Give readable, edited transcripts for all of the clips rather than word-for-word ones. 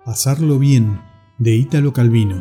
Pasarlo bien, de Italo Calvino.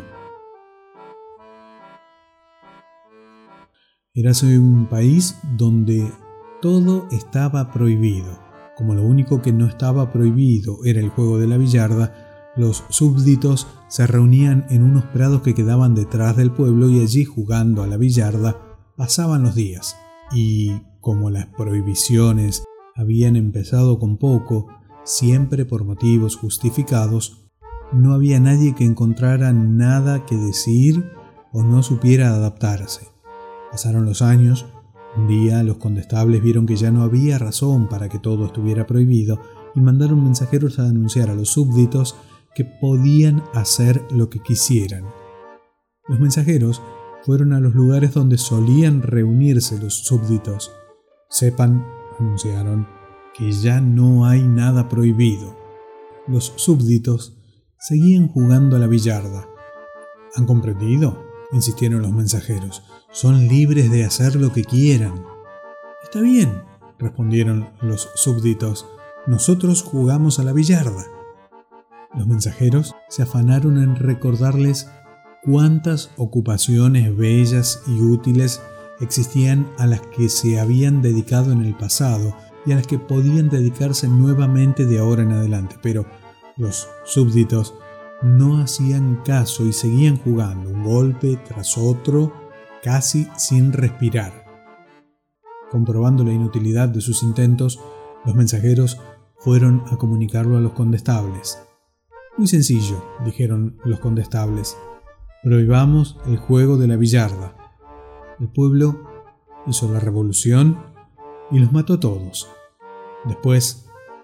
Érase un país donde todo estaba prohibido. Como lo único que no estaba prohibido era el juego de la billarda, los súbditos se reunían en unos prados que quedaban detrás del pueblo y allí, jugando a la billarda, pasaban los días. Y como las prohibiciones habían empezado con poco, siempre por motivos justificados, no había nadie que encontrara nada que decir o no supiera adaptarse. Pasaron los años. Un día los condestables vieron que ya no había razón para que todo estuviera prohibido y mandaron mensajeros a anunciar a los súbditos que podían hacer lo que quisieran. Los mensajeros fueron a los lugares donde solían reunirse los súbditos. Sepan, anunciaron, que ya no hay nada prohibido. Los súbditos seguían jugando a la billarda. ¿Han comprendido?, insistieron los mensajeros. Son libres de hacer lo que quieran. Está bien, respondieron los súbditos. Nosotros jugamos a la billarda. Los mensajeros se afanaron en recordarles cuántas ocupaciones bellas y útiles existían a las que se habían dedicado en el pasado y a las que podían dedicarse nuevamente de ahora en adelante, pero los súbditos no hacían caso y seguían jugando un golpe tras otro, casi sin respirar. Comprobando la inutilidad de sus intentos, los mensajeros fueron a comunicarlo a los condestables. Muy sencillo, dijeron los condestables. Prohibamos el juego de la billarda. El pueblo hizo la revolución y los mató a todos. Después,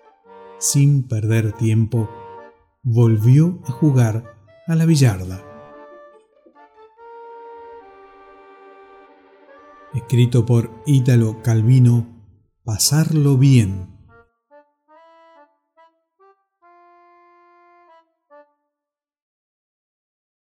sin perder tiempo, volvió a jugar a la billarda. Escrito por Italo Calvino, Pasarlo bien.